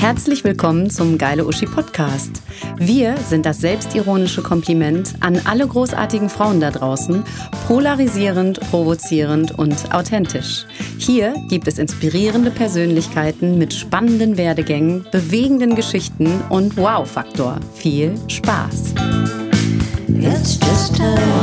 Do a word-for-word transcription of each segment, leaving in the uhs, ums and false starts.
Herzlich willkommen zum Geile Uschi Podcast. Wir sind das selbstironische Kompliment an alle großartigen Frauen da draußen, polarisierend, provozierend und authentisch. Hier gibt es inspirierende Persönlichkeiten mit spannenden Werdegängen, bewegenden Geschichten und Wow-Faktor. Viel Spaß! It's just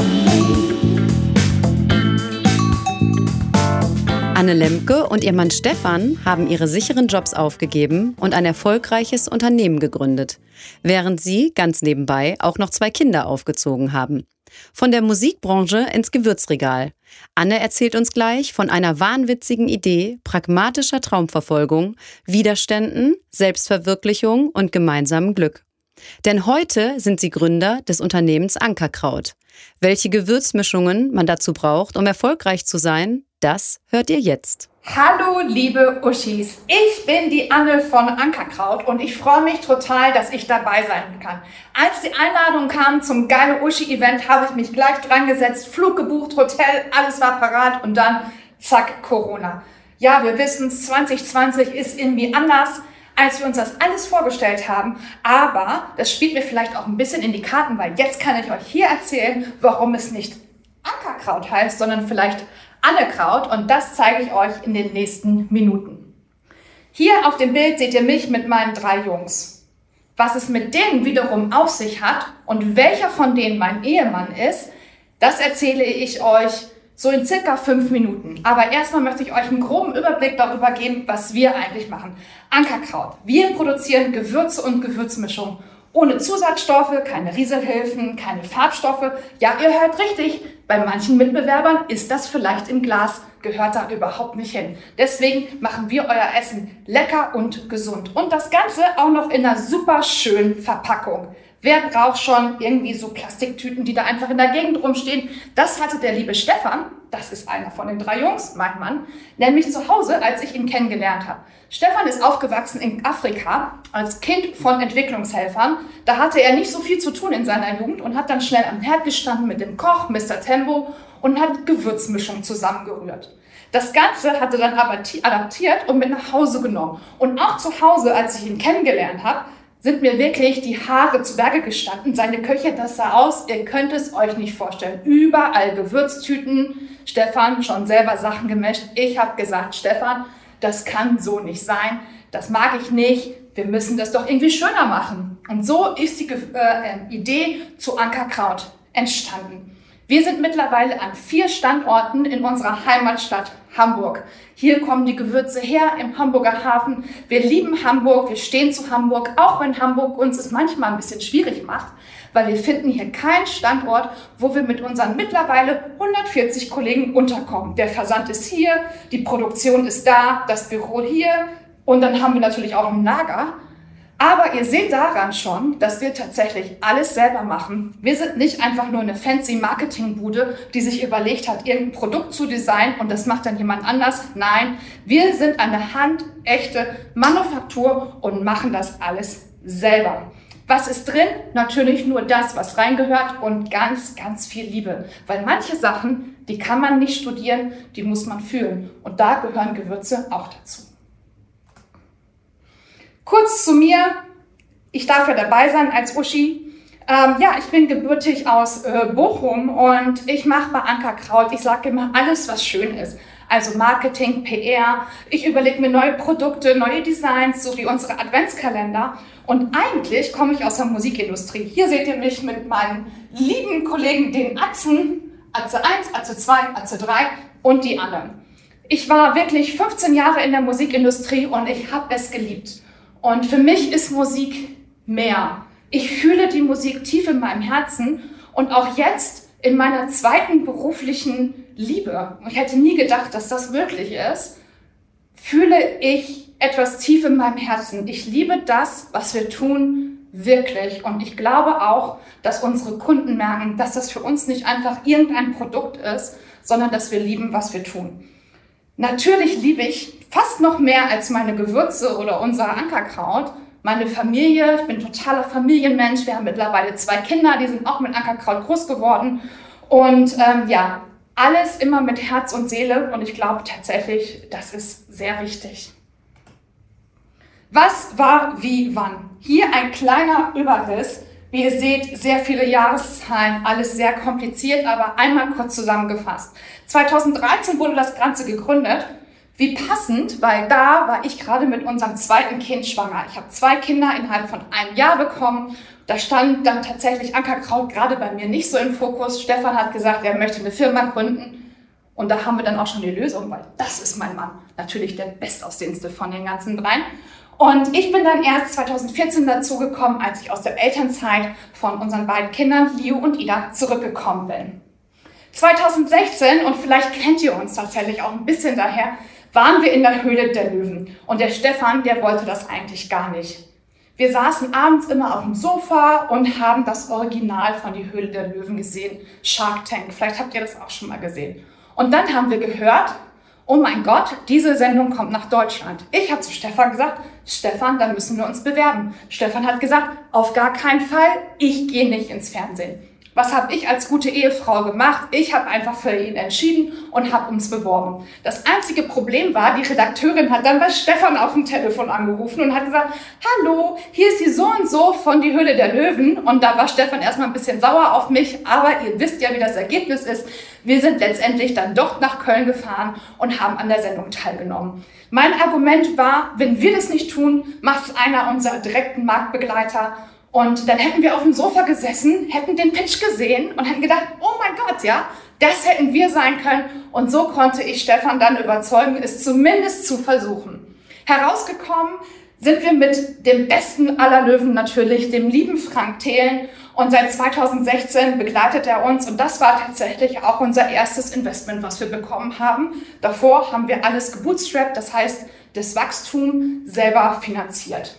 Anne Lemke und ihr Mann Stefan haben ihre sicheren Jobs aufgegeben und ein erfolgreiches Unternehmen gegründet, während sie ganz nebenbei auch noch zwei Kinder aufgezogen haben. Von der Musikbranche ins Gewürzregal. Anne erzählt uns gleich von einer wahnwitzigen Idee, pragmatischer Traumverfolgung, Widerständen, Selbstverwirklichung und gemeinsamem Glück. Denn heute sind sie Gründer des Unternehmens Ankerkraut. Welche Gewürzmischungen man dazu braucht, um erfolgreich zu sein, das hört ihr jetzt. Hallo liebe Uschis, ich bin die Anne von Ankerkraut und ich freue mich total, dass ich dabei sein kann. Als die Einladung kam zum Geile Uschi Event, habe ich mich gleich dran gesetzt, Flug gebucht, Hotel, alles war parat und dann zack, Corona. Ja, wir wissen, zwanzig zwanzig ist irgendwie anders, als wir uns das alles vorgestellt haben. Aber das spielt mir vielleicht auch ein bisschen in die Karten, weil jetzt kann ich euch hier erzählen, warum es nicht Ankerkraut heißt, sondern vielleicht Annekraut. Und das zeige ich euch in den nächsten Minuten. Hier auf dem Bild seht ihr mich mit meinen drei Jungs. Was es mit denen wiederum auf sich hat und welcher von denen mein Ehemann ist, das erzähle ich euch so in circa fünf Minuten. Aber erstmal möchte ich euch einen groben Überblick darüber geben, was wir eigentlich machen. Ankerkraut. Wir produzieren Gewürze und Gewürzmischungen. Ohne Zusatzstoffe, keine Rieselhilfen, keine Farbstoffe. Ja, ihr hört richtig, bei manchen Mitbewerbern ist das vielleicht im Glas, gehört da überhaupt nicht hin. Deswegen machen wir euer Essen lecker und gesund. Und das Ganze auch noch in einer super schönen Verpackung. Wer braucht schon irgendwie so Plastiktüten, die da einfach in der Gegend rumstehen? Das hatte der liebe Stefan, das ist einer von den drei Jungs, mein Mann, nämlich zu Hause, als ich ihn kennengelernt habe. Stefan ist aufgewachsen in Afrika als Kind von Entwicklungshelfern. Da hatte er nicht so viel zu tun in seiner Jugend und hat dann schnell am Herd gestanden mit dem Koch, Mister Tembo, und hat Gewürzmischung zusammengerührt. Das Ganze hat er dann adaptiert und mit nach Hause genommen. Und auch zu Hause, als ich ihn kennengelernt habe, sind mir wirklich die Haare zu Berge gestanden. Seine Küche, das sah aus, ihr könnt es euch nicht vorstellen. Überall Gewürztüten. Stefan schon selber Sachen gemischt. Ich habe gesagt, Stefan, das kann so nicht sein. Das mag ich nicht. Wir müssen das doch irgendwie schöner machen. Und so ist die äh, Idee zu Ankerkraut entstanden. Wir sind mittlerweile an vier Standorten in unserer Heimatstadt Hamburg. Hier kommen die Gewürze her im Hamburger Hafen. Wir lieben Hamburg, wir stehen zu Hamburg, auch wenn Hamburg uns es manchmal ein bisschen schwierig macht, weil wir finden hier keinen Standort, wo wir mit unseren mittlerweile hundertvierzig Kollegen unterkommen. Der Versand ist hier, die Produktion ist da, das Büro hier und dann haben wir natürlich auch ein Lager. Aber ihr seht daran schon, dass wir tatsächlich alles selber machen. Wir sind nicht einfach nur eine fancy Marketingbude, die sich überlegt hat, irgendein Produkt zu designen und das macht dann jemand anders. Nein, wir sind eine handechte Manufaktur und machen das alles selber. Was ist drin? Natürlich nur das, was reingehört und ganz, ganz viel Liebe. Weil manche Sachen, die kann man nicht studieren, die muss man fühlen. Und da gehören Gewürze auch dazu. Kurz zu mir, ich darf ja dabei sein als Uschi. Ähm, ja, ich bin gebürtig aus äh, Bochum und ich mache bei Ankerkraut, ich sage immer, alles, was schön ist. Also Marketing, P R, ich überlege mir neue Produkte, neue Designs, so wie unsere Adventskalender. Und eigentlich komme ich aus der Musikindustrie. Hier seht ihr mich mit meinen lieben Kollegen, den Atzen, Atze eins, Atze zwei, Atze drei und die anderen. Ich war wirklich fünfzehn Jahre in der Musikindustrie und ich habe es geliebt. Und für mich ist Musik mehr. Ich fühle die Musik tief in meinem Herzen und auch jetzt in meiner zweiten beruflichen Liebe. Ich hätte nie gedacht, dass das möglich ist. Fühle ich etwas tief in meinem Herzen. Ich liebe das, was wir tun, wirklich. Und ich glaube auch, dass unsere Kunden merken, dass das für uns nicht einfach irgendein Produkt ist, sondern dass wir lieben, was wir tun. Natürlich liebe ich fast noch mehr als meine Gewürze oder unser Ankerkraut meine Familie. Ich bin totaler Familienmensch. Wir haben mittlerweile zwei Kinder, die sind auch mit Ankerkraut groß geworden. Und ähm, ja, alles immer mit Herz und Seele. Und ich glaube tatsächlich, das ist sehr wichtig. Was war wie wann? Hier ein kleiner Überriss. Wie ihr seht, sehr viele Jahreszahlen, alles sehr kompliziert, aber einmal kurz zusammengefasst. zweitausenddreizehn wurde das Ganze gegründet. Wie passend, weil da war ich gerade mit unserem zweiten Kind schwanger. Ich habe zwei Kinder innerhalb von einem Jahr bekommen. Da stand dann tatsächlich Ankerkraut gerade bei mir nicht so im Fokus. Stefan hat gesagt, er möchte eine Firma gründen. Und da haben wir dann auch schon die Lösung, weil das ist mein Mann. Natürlich der Bestaussehendste von den ganzen dreien. Und ich bin dann erst zweitausendvierzehn dazu gekommen, als ich aus der Elternzeit von unseren beiden Kindern, Liu und Ida, zurückgekommen bin. zweitausendsechzehn, und vielleicht kennt ihr uns tatsächlich auch ein bisschen daher, waren wir in der Höhle der Löwen. Und der Stefan, der wollte das eigentlich gar nicht. Wir saßen abends immer auf dem Sofa und haben das Original von Die Höhle der Löwen gesehen, Shark Tank. Vielleicht habt ihr das auch schon mal gesehen. Und dann haben wir gehört, oh mein Gott, diese Sendung kommt nach Deutschland. Ich habe zu Stefan gesagt, Stefan, da müssen wir uns bewerben. Stefan hat gesagt, auf gar keinen Fall, ich gehe nicht ins Fernsehen. Was habe ich als gute Ehefrau gemacht? Ich habe einfach für ihn entschieden und habe uns beworben. Das einzige Problem war, die Redakteurin hat dann bei Stefan auf dem Telefon angerufen und hat gesagt, hallo, hier ist die so und so von Die Höhle der Löwen. Und da war Stefan erstmal ein bisschen sauer auf mich, aber ihr wisst ja, wie das Ergebnis ist. Wir sind letztendlich dann doch nach Köln gefahren und haben an der Sendung teilgenommen. Mein Argument war, wenn wir das nicht tun, macht es einer unserer direkten Marktbegleiter. Und dann hätten wir auf dem Sofa gesessen, hätten den Pitch gesehen und hätten gedacht, oh mein Gott, ja, das hätten wir sein können. Und so konnte ich Stefan dann überzeugen, es zumindest zu versuchen. Herausgekommen sind wir mit dem besten aller Löwen natürlich, dem lieben Frank Thelen. Und seit zweitausendsechzehn begleitet er uns. Und das war tatsächlich auch unser erstes Investment, was wir bekommen haben. Davor haben wir alles gebootstrapped, das heißt, das Wachstum selber finanziert.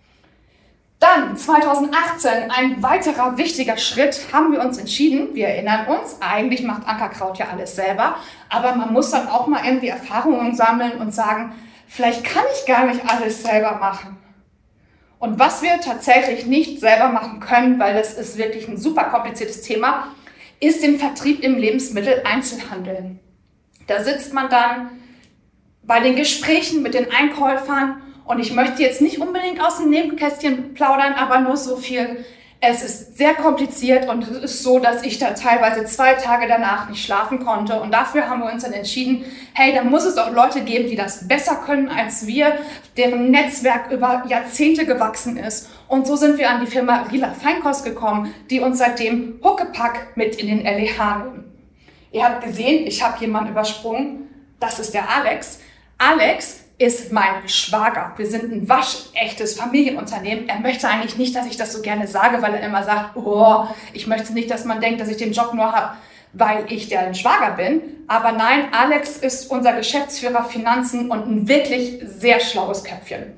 Dann zweitausendachtzehn, ein weiterer wichtiger Schritt, haben wir uns entschieden, wir erinnern uns, eigentlich macht Ankerkraut ja alles selber, aber man muss dann auch mal irgendwie Erfahrungen sammeln und sagen, vielleicht kann ich gar nicht alles selber machen. Und was wir tatsächlich nicht selber machen können, weil das ist wirklich ein super kompliziertes Thema, ist den Vertrieb im Lebensmitteleinzelhandel. Da sitzt man dann bei den Gesprächen mit den Einkäufern. Und ich möchte jetzt nicht unbedingt aus dem Nebenkästchen plaudern, aber nur so viel. Es ist sehr kompliziert und es ist so, dass ich da teilweise zwei Tage danach nicht schlafen konnte. Und dafür haben wir uns dann entschieden, hey, da muss es auch Leute geben, die das besser können als wir, deren Netzwerk über Jahrzehnte gewachsen ist. Und so sind wir an die Firma Rieler Feinkost gekommen, die uns seitdem Huckepack mit in den L E H nehmen. Ihr habt gesehen, ich habe jemanden übersprungen. Das ist der Alex. Alex ist mein Schwager. Wir sind ein waschechtes Familienunternehmen. Er möchte eigentlich nicht, dass ich das so gerne sage, weil er immer sagt, oh, ich möchte nicht, dass man denkt, dass ich den Job nur habe, weil ich der Schwager bin. Aber nein, Alex ist unser Geschäftsführer Finanzen und ein wirklich sehr schlaues Köpfchen.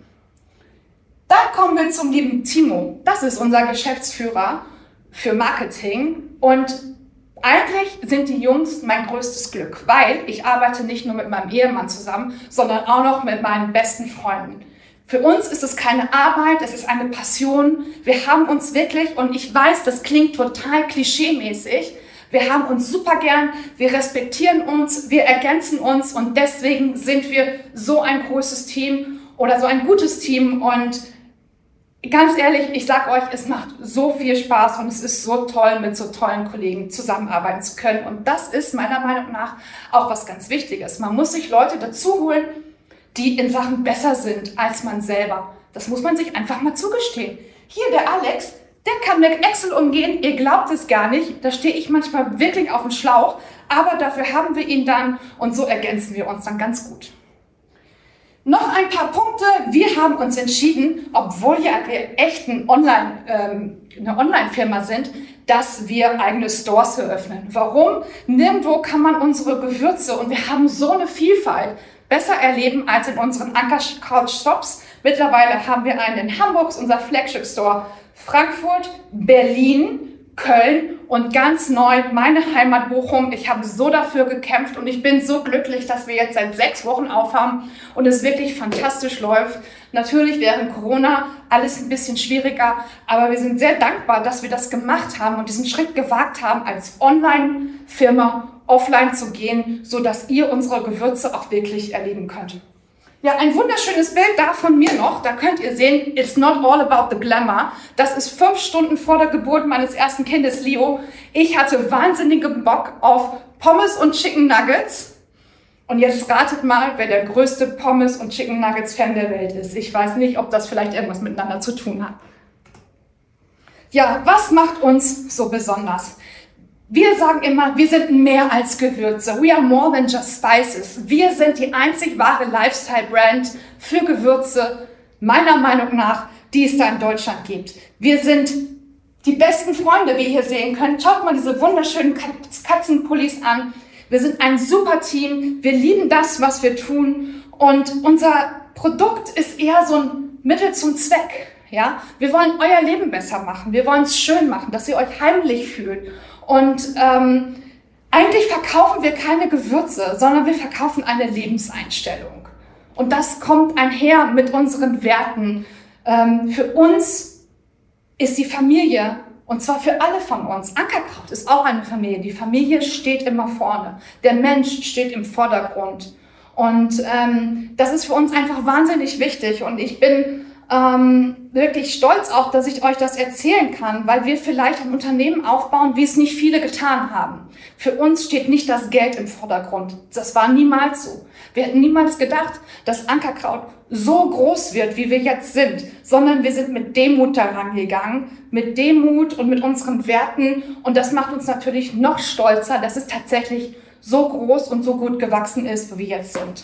Dann kommen wir zum lieben Timo. Das ist unser Geschäftsführer für Marketing und eigentlich sind die Jungs mein größtes Glück, weil ich arbeite nicht nur mit meinem Ehemann zusammen, sondern auch noch mit meinen besten Freunden. Für uns ist es keine Arbeit, es ist eine Passion. Wir haben uns wirklich, und ich weiß, das klingt total klischeemäßig, wir haben uns super gern, wir respektieren uns, wir ergänzen uns und deswegen sind wir so ein großes Team oder so ein gutes Team und ganz ehrlich, ich sag euch, es macht so viel Spaß und es ist so toll, mit so tollen Kollegen zusammenarbeiten zu können. Und das ist meiner Meinung nach auch was ganz Wichtiges. Man muss sich Leute dazu holen, die in Sachen besser sind als man selber. Das muss man sich einfach mal zugestehen. Hier, der Alex, der kann mit Excel umgehen. Ihr glaubt es gar nicht. Da stehe ich manchmal wirklich auf dem Schlauch. Aber dafür haben wir ihn dann und so ergänzen wir uns dann ganz gut. Noch ein paar Punkte. Wir haben uns entschieden, obwohl ja wir echt ein Online, ähm, eine Online-Firma sind, dass wir eigene Stores eröffnen. Warum? Nirgendwo kann man unsere Gewürze, und wir haben so eine Vielfalt, besser erleben als in unseren Ankerkraut-Shops. Mittlerweile haben wir einen in Hamburg, unser Flagship-Store, Frankfurt, Berlin, Köln und ganz neu meine Heimat Bochum. Ich habe so dafür gekämpft und ich bin so glücklich, dass wir jetzt seit sechs Wochen aufhaben und es wirklich fantastisch läuft. Natürlich während Corona alles ein bisschen schwieriger, aber wir sind sehr dankbar, dass wir das gemacht haben und diesen Schritt gewagt haben, als Online-Firma offline zu gehen, sodass ihr unsere Gewürze auch wirklich erleben könnt. Ja, ein wunderschönes Bild da von mir noch. Da könnt ihr sehen, it's not all about the glamour. Das ist fünf Stunden vor der Geburt meines ersten Kindes, Leo. Ich hatte wahnsinnigen Bock auf Pommes und Chicken Nuggets. Und jetzt ratet mal, wer der größte Pommes- und Chicken Nuggets-Fan der Welt ist. Ich weiß nicht, ob das vielleicht irgendwas miteinander zu tun hat. Ja, was macht uns so besonders? Wir sagen immer, wir sind mehr als Gewürze. We are more than just spices. Wir sind die einzig wahre Lifestyle-Brand für Gewürze, meiner Meinung nach, die es da in Deutschland gibt. Wir sind die besten Freunde, wie ihr hier sehen könnt. Schaut mal diese wunderschönen Katzenpullis an. Wir sind ein super Team. Wir lieben das, was wir tun. Und unser Produkt ist eher so ein Mittel zum Zweck. Ja? Wir wollen euer Leben besser machen. Wir wollen es schön machen, dass ihr euch heimlich fühlt. Und ähm, eigentlich verkaufen wir keine Gewürze, sondern wir verkaufen eine Lebenseinstellung. Und das kommt einher mit unseren Werten. Ähm, für uns ist die Familie, und zwar für alle von uns, Ankerkraut ist auch eine Familie. Die Familie steht immer vorne. Der Mensch steht im Vordergrund. Und ähm, das ist für uns einfach wahnsinnig wichtig. Und ich bin ähm, wirklich stolz auch, dass ich euch das erzählen kann, weil wir vielleicht ein Unternehmen aufbauen, wie es nicht viele getan haben. Für uns steht nicht das Geld im Vordergrund. Das war niemals so. Wir hätten niemals gedacht, dass Ankerkraut so groß wird, wie wir jetzt sind, sondern wir sind mit Demut daran gegangen, mit Demut und mit unseren Werten. Und das macht uns natürlich noch stolzer, dass es tatsächlich so groß und so gut gewachsen ist, wie wir jetzt sind.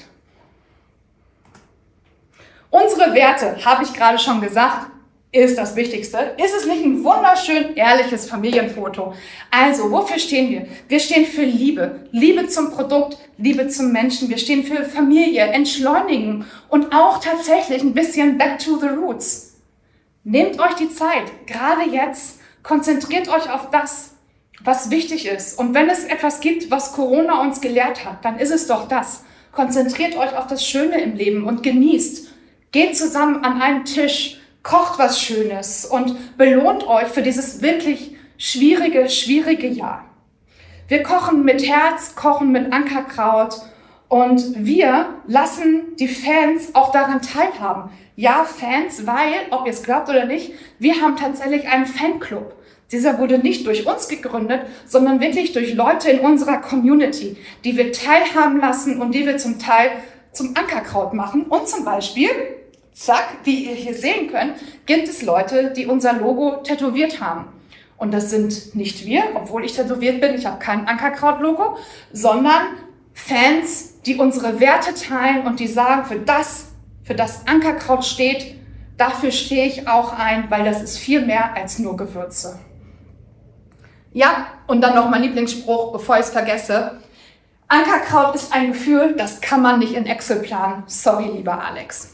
Unsere Werte, habe ich gerade schon gesagt, ist das Wichtigste. Ist es nicht ein wunderschön ehrliches Familienfoto? Also, wofür stehen wir? Wir stehen für Liebe. Liebe zum Produkt, Liebe zum Menschen. Wir stehen für Familie, Entschleunigen und auch tatsächlich ein bisschen back to the roots. Nehmt euch die Zeit, gerade jetzt, konzentriert euch auf das, was wichtig ist. Und wenn es etwas gibt, was Corona uns gelehrt hat, dann ist es doch das. Konzentriert euch auf das Schöne im Leben und genießt. Geht zusammen an einen Tisch, kocht was Schönes und belohnt euch für dieses wirklich schwierige, schwierige Jahr. Wir kochen mit Herz, kochen mit Ankerkraut und wir lassen die Fans auch daran teilhaben. Ja, Fans, weil, ob ihr es glaubt oder nicht, wir haben tatsächlich einen Fanclub. Dieser wurde nicht durch uns gegründet, sondern wirklich durch Leute in unserer Community, die wir teilhaben lassen und die wir zum Teil zum Ankerkraut machen. Und zum Beispiel, zack, wie ihr hier sehen könnt, gibt es Leute, die unser Logo tätowiert haben. Und das sind nicht wir, obwohl ich tätowiert bin, ich habe kein Ankerkraut-Logo, sondern Fans, die unsere Werte teilen und die sagen, für das, für das Ankerkraut steht, dafür stehe ich auch ein, weil das ist viel mehr als nur Gewürze. Ja, und dann noch mein Lieblingsspruch, bevor ich es vergesse. Ankerkraut ist ein Gefühl, das kann man nicht in Excel planen. Sorry, lieber Alex.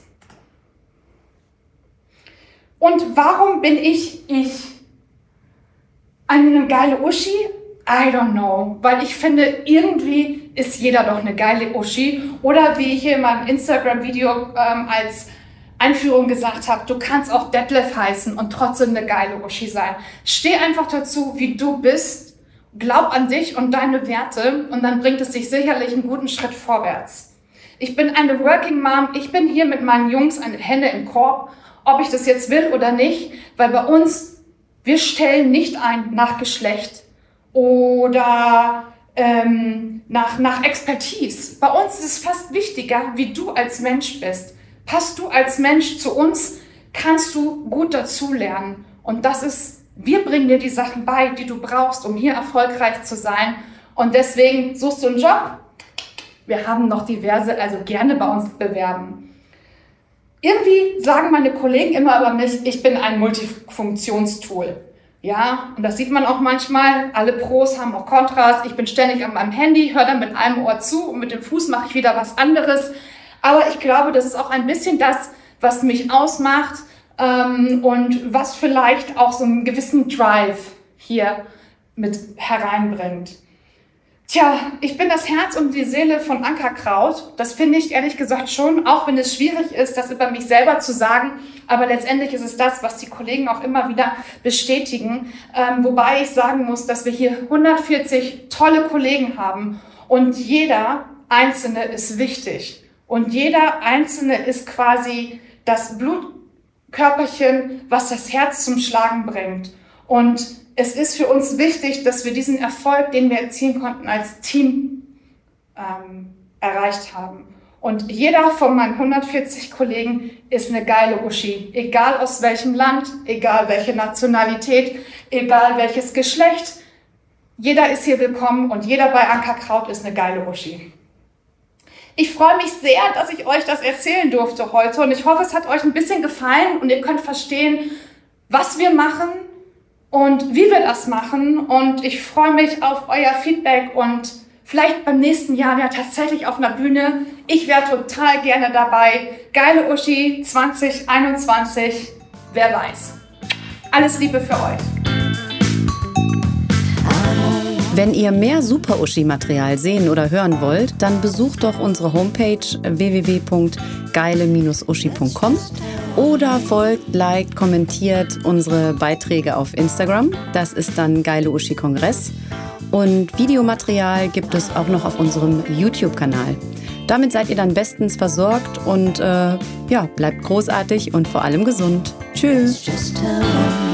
Und warum bin ich ich? Eine geile Uschi? I don't know. Weil ich finde, irgendwie ist jeder doch eine geile Uschi. Oder wie ich hier in meinem Instagram-Video ähm, als Einführung gesagt habe, du kannst auch Detlef heißen und trotzdem eine geile Uschi sein. Steh einfach dazu, wie du bist. Glaub an dich und deine Werte und dann bringt es dich sicherlich einen guten Schritt vorwärts. Ich bin eine Working Mom. Ich bin hier mit meinen Jungs eine Henne im Korb, ob ich das jetzt will oder nicht, weil bei uns, wir stellen nicht ein nach Geschlecht oder ähm, nach, nach Expertise. Bei uns ist es fast wichtiger, wie du als Mensch bist. Passt du als Mensch zu uns, kannst du gut dazulernen. Und das ist, wir bringen dir die Sachen bei, die du brauchst, um hier erfolgreich zu sein. Und deswegen suchst du einen Job. Wir haben noch diverse, also gerne bei uns bewerben. Irgendwie sagen meine Kollegen immer über mich, ich bin ein Multifunktionstool. Ja, und das sieht man auch manchmal. Alle Pros haben auch Kontras. Ich bin ständig an meinem Handy, höre dann mit einem Ohr zu und mit dem Fuß mache ich wieder was anderes. Aber ich glaube, das ist auch ein bisschen das, was mich ausmacht ähm, und was vielleicht auch so einen gewissen Drive hier mit hereinbringt. Tja, ich bin das Herz und die Seele von Ankerkraut. Das finde ich ehrlich gesagt schon, auch wenn es schwierig ist, das über mich selber zu sagen. Aber letztendlich ist es das, was die Kollegen auch immer wieder bestätigen. Ähm, wobei ich sagen muss, dass wir hier hundertvierzig tolle Kollegen haben und jeder Einzelne ist wichtig. Und jeder Einzelne ist quasi das Blutkörperchen, was das Herz zum Schlagen bringt. Und es ist für uns wichtig, dass wir diesen Erfolg, den wir erzielen konnten, als Team ähm, erreicht haben. Und jeder von meinen hundertvierzig Kollegen ist eine geile Uschi. Egal aus welchem Land, egal welche Nationalität, egal welches Geschlecht. Jeder ist hier willkommen und jeder bei Ankerkraut ist eine geile Uschi. Ich freue mich sehr, dass ich euch das erzählen durfte heute und ich hoffe, es hat euch ein bisschen gefallen und ihr könnt verstehen, was wir machen und wie wir das machen. Und ich freue mich auf euer Feedback und vielleicht beim nächsten Jahr ja tatsächlich auf einer Bühne. Ich wäre total gerne dabei. Geile Uschi zwanzig einundzwanzig, wer weiß. Alles Liebe für euch. Wenn ihr mehr Super-Uschi-Material sehen oder hören wollt, dann besucht doch unsere Homepage w w w punkt geile uschi punkt com oder folgt, liked, kommentiert unsere Beiträge auf Instagram. Das ist dann Geile Uschi Kongress. Und Videomaterial gibt es auch noch auf unserem YouTube-Kanal. Damit seid ihr dann bestens versorgt und äh, ja, bleibt großartig und vor allem gesund. Tschüss.